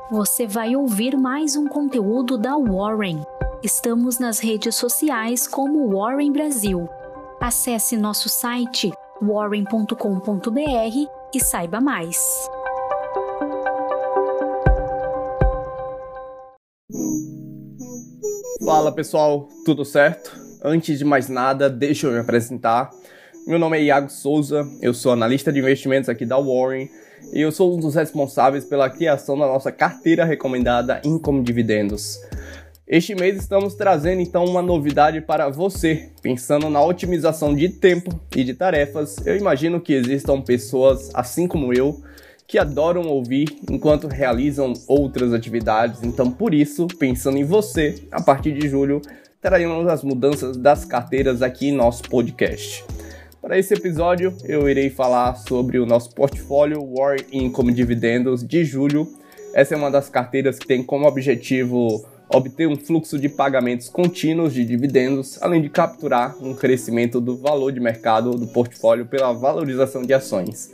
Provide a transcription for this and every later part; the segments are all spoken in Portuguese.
você vai ouvir mais um conteúdo da Warren. Estamos nas redes sociais como Warren Brasil. Acesse nosso site warren.com.br e saiba mais. Fala pessoal, tudo certo? Antes de mais nada, deixa eu me apresentar. Meu nome é Iago Souza, eu sou analista de investimentos aqui da Warren e eu sou um dos responsáveis pela criação da nossa carteira recomendada Income Dividendos. Este mês estamos trazendo então uma novidade para você. Pensando na otimização de tempo e de tarefas, eu imagino que existam pessoas, assim como eu, que adoram ouvir enquanto realizam outras atividades. Então, por isso, pensando em você, a partir de julho, traremos as mudanças das carteiras aqui em nosso podcast. Para esse episódio, eu irei falar sobre o nosso portfólio Warren Income Dividendos de julho. Essa é uma das carteiras que tem como objetivo obter um fluxo de pagamentos contínuos de dividendos, além de capturar um crescimento do valor de mercado do portfólio pela valorização de ações.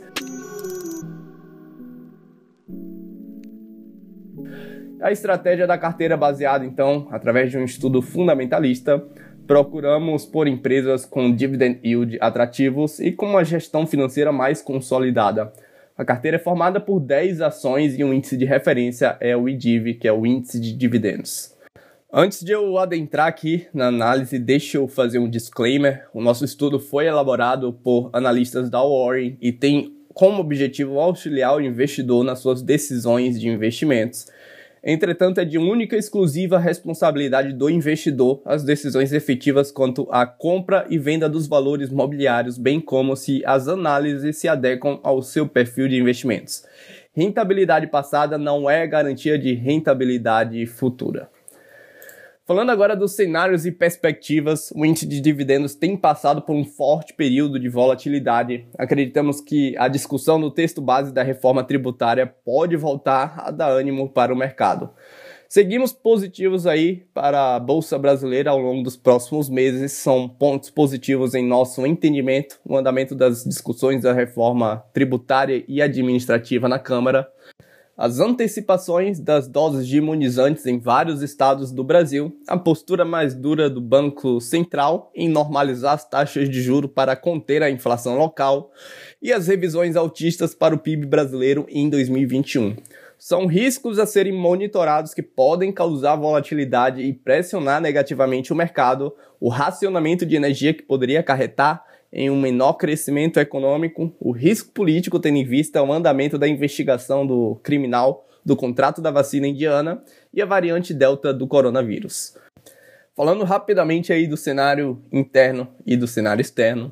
A estratégia da carteira é baseada, então, através de um estudo fundamentalista. Procuramos por empresas com dividend yield atrativos e com uma gestão financeira mais consolidada. A carteira é formada por 10 ações e um índice de referência é o IDIV, que é o índice de dividendos. Antes de eu adentrar aqui na análise, deixa eu fazer um disclaimer. O nosso estudo foi elaborado por analistas da Warren e tem como objetivo auxiliar o investidor nas suas decisões de investimentos. Entretanto, é de única e exclusiva responsabilidade do investidor as decisões efetivas quanto à compra e venda dos valores mobiliários, bem como se as análises se adequam ao seu perfil de investimentos. Rentabilidade passada não é garantia de rentabilidade futura. Falando agora dos cenários e perspectivas, o índice de dividendos tem passado por um forte período de volatilidade. Acreditamos que a discussão do texto base da reforma tributária pode voltar a dar ânimo para o mercado. Seguimos positivos aí para a Bolsa Brasileira ao longo dos próximos meses. São pontos positivos em nosso entendimento, o andamento das discussões da reforma tributária e administrativa na Câmara, as antecipações das doses de imunizantes em vários estados do Brasil, a postura mais dura do Banco Central em normalizar as taxas de juros para conter a inflação local e as revisões altistas para o PIB brasileiro em 2021. São riscos a serem monitorados que podem causar volatilidade e pressionar negativamente o mercado, o racionamento de energia que poderia acarretar em um menor crescimento econômico, o risco político tendo em vista o andamento da investigação do criminal do contrato da vacina indiana e a variante Delta do coronavírus. Falando rapidamente aí do cenário interno e do cenário externo,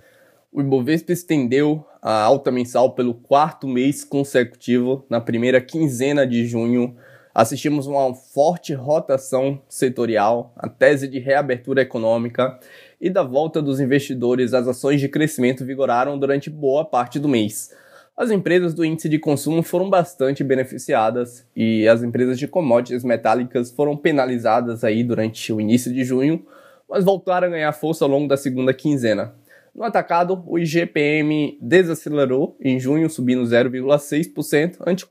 o Ibovespa estendeu a alta mensal pelo quarto mês consecutivo. Na primeira quinzena de junho, assistimos uma forte rotação setorial, a tese de reabertura econômica e da volta dos investidores. As ações de crescimento vigoraram durante boa parte do mês. As empresas do índice de consumo foram bastante beneficiadas e as empresas de commodities metálicas foram penalizadas aí durante o início de junho, mas voltaram a ganhar força ao longo da segunda quinzena. No atacado, o IGPM desacelerou em junho, subindo 0,6%, ante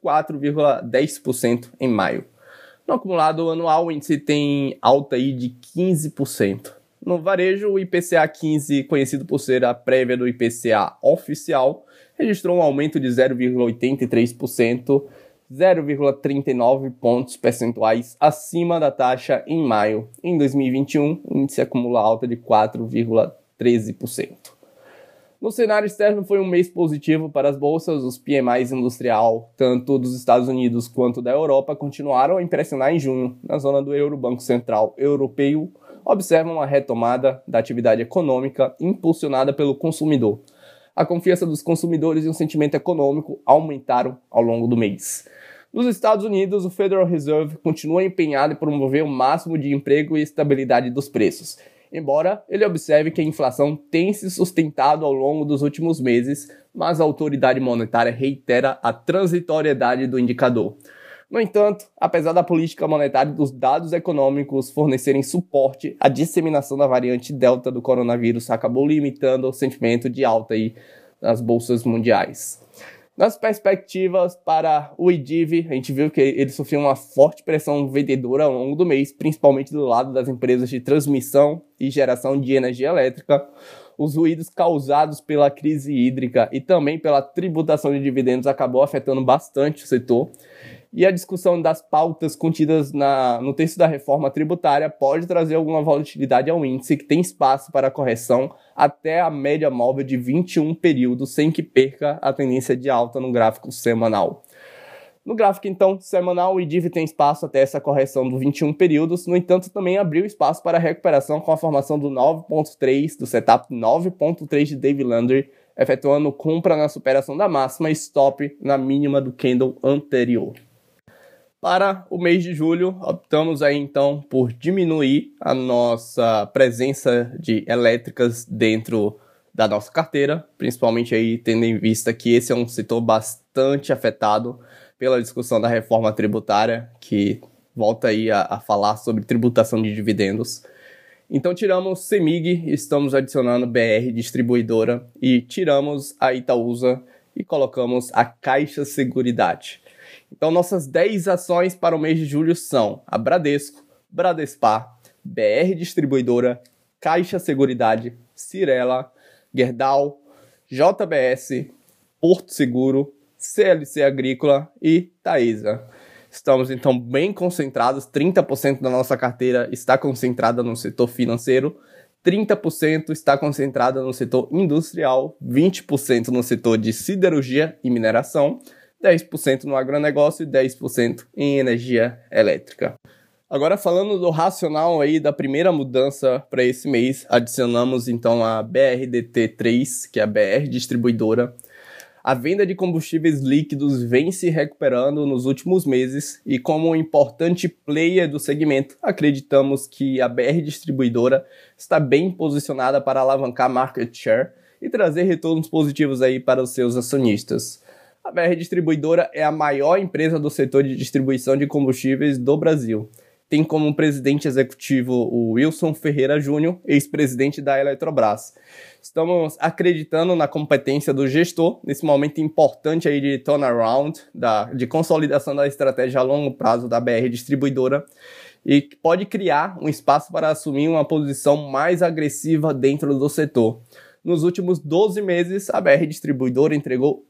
4,10% em maio. No acumulado anual, o índice tem alta aí de 15%. No varejo, o IPCA 15, conhecido por ser a prévia do IPCA oficial, registrou um aumento de 0,83%, 0,39 pontos percentuais acima da taxa em maio. Em 2021, o índice acumula alta de 4,13%. No cenário externo, foi um mês positivo para as bolsas. Os PMIs industrial, tanto dos Estados Unidos quanto da Europa, continuaram a impressionar em junho. Na zona do euro, o Banco Central Europeu observa uma retomada da atividade econômica impulsionada pelo consumidor. A confiança dos consumidores e o sentimento econômico aumentaram ao longo do mês. Nos Estados Unidos, o Federal Reserve continua empenhado em promover o máximo de emprego e estabilidade dos preços, embora ele observe que a inflação tem se sustentado ao longo dos últimos meses, mas a autoridade monetária reitera a transitoriedade do indicador. No entanto, apesar da política monetária e dos dados econômicos fornecerem suporte, a disseminação da variante Delta do coronavírus acabou limitando o sentimento de alta aí nas bolsas mundiais. Nas perspectivas para o IDIV, a gente viu que ele sofreu uma forte pressão vendedora ao longo do mês, principalmente do lado das empresas de transmissão e geração de energia elétrica. Os ruídos causados pela crise hídrica e também pela tributação de dividendos acabou afetando bastante o setor. E a discussão das pautas contidas no texto da reforma tributária pode trazer alguma volatilidade ao índice, que tem espaço para correção até a média móvel de 21 períodos, sem que perca a tendência de alta no gráfico semanal. No gráfico, então, semanal, o IDIV tem espaço até essa correção do 21 períodos, no entanto, também abriu espaço para recuperação com a formação do 9.3, do setup 9.3 de Dave Lander, efetuando compra na superação da máxima e stop na mínima do candle anterior. Para o mês de julho, optamos aí então por diminuir a nossa presença de elétricas dentro da nossa carteira, principalmente aí tendo em vista que esse é um setor bastante afetado pela discussão da reforma tributária, que volta aí a falar sobre tributação de dividendos. Então tiramos CEMIG, estamos adicionando BR Distribuidora e tiramos a Itaúsa e colocamos a Caixa Seguridade. Então, nossas 10 ações para o mês de julho são a Bradesco, Bradespar, BR Distribuidora, Caixa Seguridade, Cyrela, Gerdau, JBS, Porto Seguro, CLC Agrícola e Taesa. Estamos, então, bem concentrados, 30% da nossa carteira está concentrada no setor financeiro, 30% está concentrada no setor industrial, 20% no setor de siderurgia e mineração, 10% no agronegócio e 10% em energia elétrica. Agora, falando do racional aí da primeira mudança para esse mês, adicionamos então a BRDT3, que é a BR Distribuidora. A venda de combustíveis líquidos vem se recuperando nos últimos meses e, como um importante player do segmento, acreditamos que a BR Distribuidora está bem posicionada para alavancar market share e trazer retornos positivos aí para os seus acionistas. A BR Distribuidora é a maior empresa do setor de distribuição de combustíveis do Brasil. Tem como presidente executivo o Wilson Ferreira Júnior, ex-presidente da Eletrobras. Estamos acreditando na competência do gestor, nesse momento importante aí de turnaround, de consolidação da estratégia a longo prazo da BR Distribuidora, e que pode criar um espaço para assumir uma posição mais agressiva dentro do setor. Nos últimos 12 meses, a BR Distribuidora entregou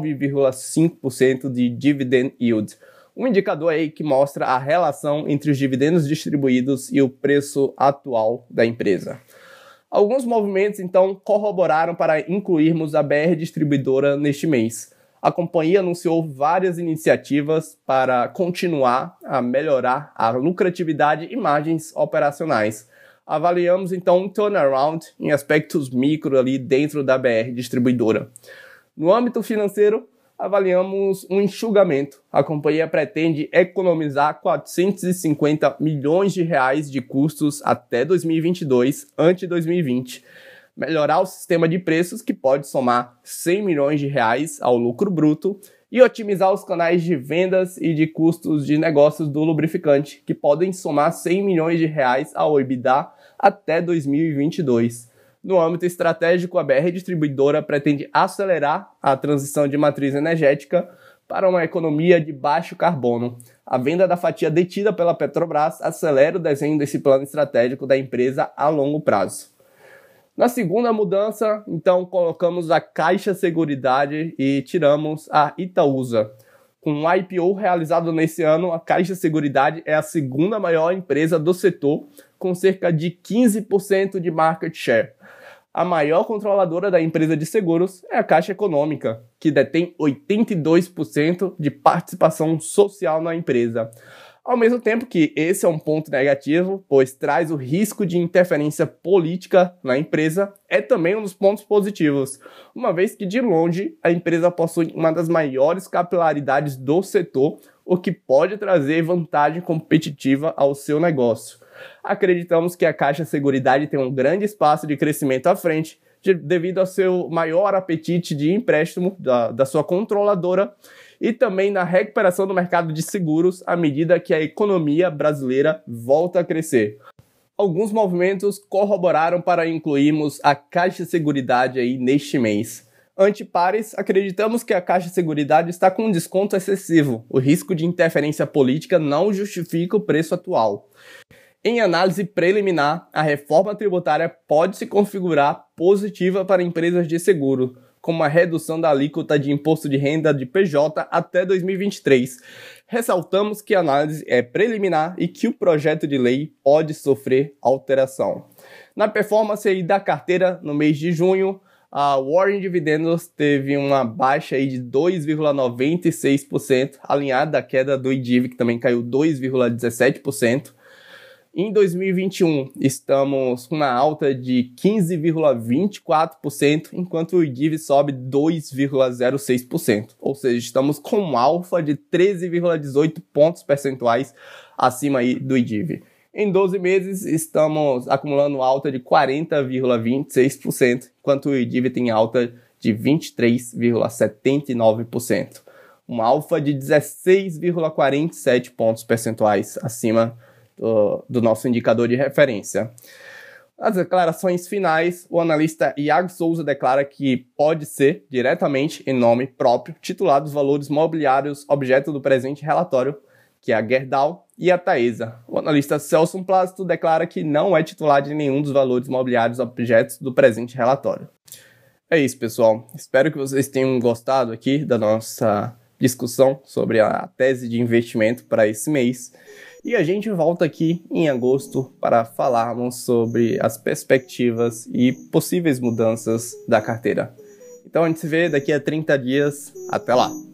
9,5% de dividend yield, um indicador aí que mostra a relação entre os dividendos distribuídos e o preço atual da empresa. Alguns movimentos, então, corroboraram para incluirmos a BR Distribuidora neste mês. A companhia anunciou várias iniciativas para continuar a melhorar a lucratividade e margens operacionais. Avaliamos, então, um turnaround em aspectos micro ali dentro da BR Distribuidora. No âmbito financeiro, avaliamos um enxugamento. A companhia pretende economizar 450 milhões de reais de custos até 2022, ante 2020. Melhorar o sistema de preços, que pode somar 100 milhões de reais ao lucro bruto, e otimizar os canais de vendas e de custos de negócios do lubrificante, que podem somar 100 milhões de reais ao EBITDA até 2022. No âmbito estratégico, a BR Distribuidora pretende acelerar a transição de matriz energética para uma economia de baixo carbono. A venda da fatia detida pela Petrobras acelera o desenho desse plano estratégico da empresa a longo prazo. Na segunda mudança, então, colocamos a Caixa Seguridade e tiramos a Itaúsa. Com um IPO realizado nesse ano, a Caixa Seguridade é a segunda maior empresa do setor, com cerca de 15% de market share. A maior controladora da empresa de seguros é a Caixa Econômica, que detém 82% de participação social na empresa. Ao mesmo tempo que esse é um ponto negativo, pois traz o risco de interferência política na empresa, é também um dos pontos positivos, uma vez que de longe a empresa possui uma das maiores capilaridades do setor, o que pode trazer vantagem competitiva ao seu negócio. Acreditamos que a Caixa Seguridade tem um grande espaço de crescimento à frente, devido ao seu maior apetite de empréstimo da sua controladora e também na recuperação do mercado de seguros à medida que a economia brasileira volta a crescer. Alguns movimentos corroboraram para incluirmos a Caixa Seguridade aí neste mês. Antipares, acreditamos que a Caixa Seguridade está com um desconto excessivo. O risco de interferência política não justifica o preço atual. Em análise preliminar, a reforma tributária pode se configurar positiva para empresas de seguro, com uma redução da alíquota de imposto de renda de PJ até 2023. Ressaltamos que a análise é preliminar e que o projeto de lei pode sofrer alteração. Na performance aí da carteira no mês de junho, a Warren Dividendos teve uma baixa aí de 2,96%, alinhada à queda do IDIV, que também caiu 2,17%. Em 2021, estamos com uma alta de 15,24%, enquanto o IDIV sobe 2,06%. Ou seja, estamos com um alfa de 13,18 pontos percentuais acima aí do IDIV. Em 12 meses, estamos acumulando alta de 40,26%, enquanto o IDIV tem alta de 23,79%. Uma alfa de 16,47 pontos percentuais acima do nosso indicador de referência. Nas declarações finais, o analista Iago Souza declara que pode ser, diretamente em nome próprio, titular dos valores mobiliários objeto do presente relatório, que é a Gerdau e a Taesa. O analista Celso Plácido declara que não é titular de nenhum dos valores mobiliários objetos do presente relatório. É isso, pessoal. Espero que vocês tenham gostado aqui da nossa discussão sobre a tese de investimento para esse mês. E a gente volta aqui em agosto para falarmos sobre as perspectivas e possíveis mudanças da carteira. Então a gente se vê daqui a 30 dias. Até lá!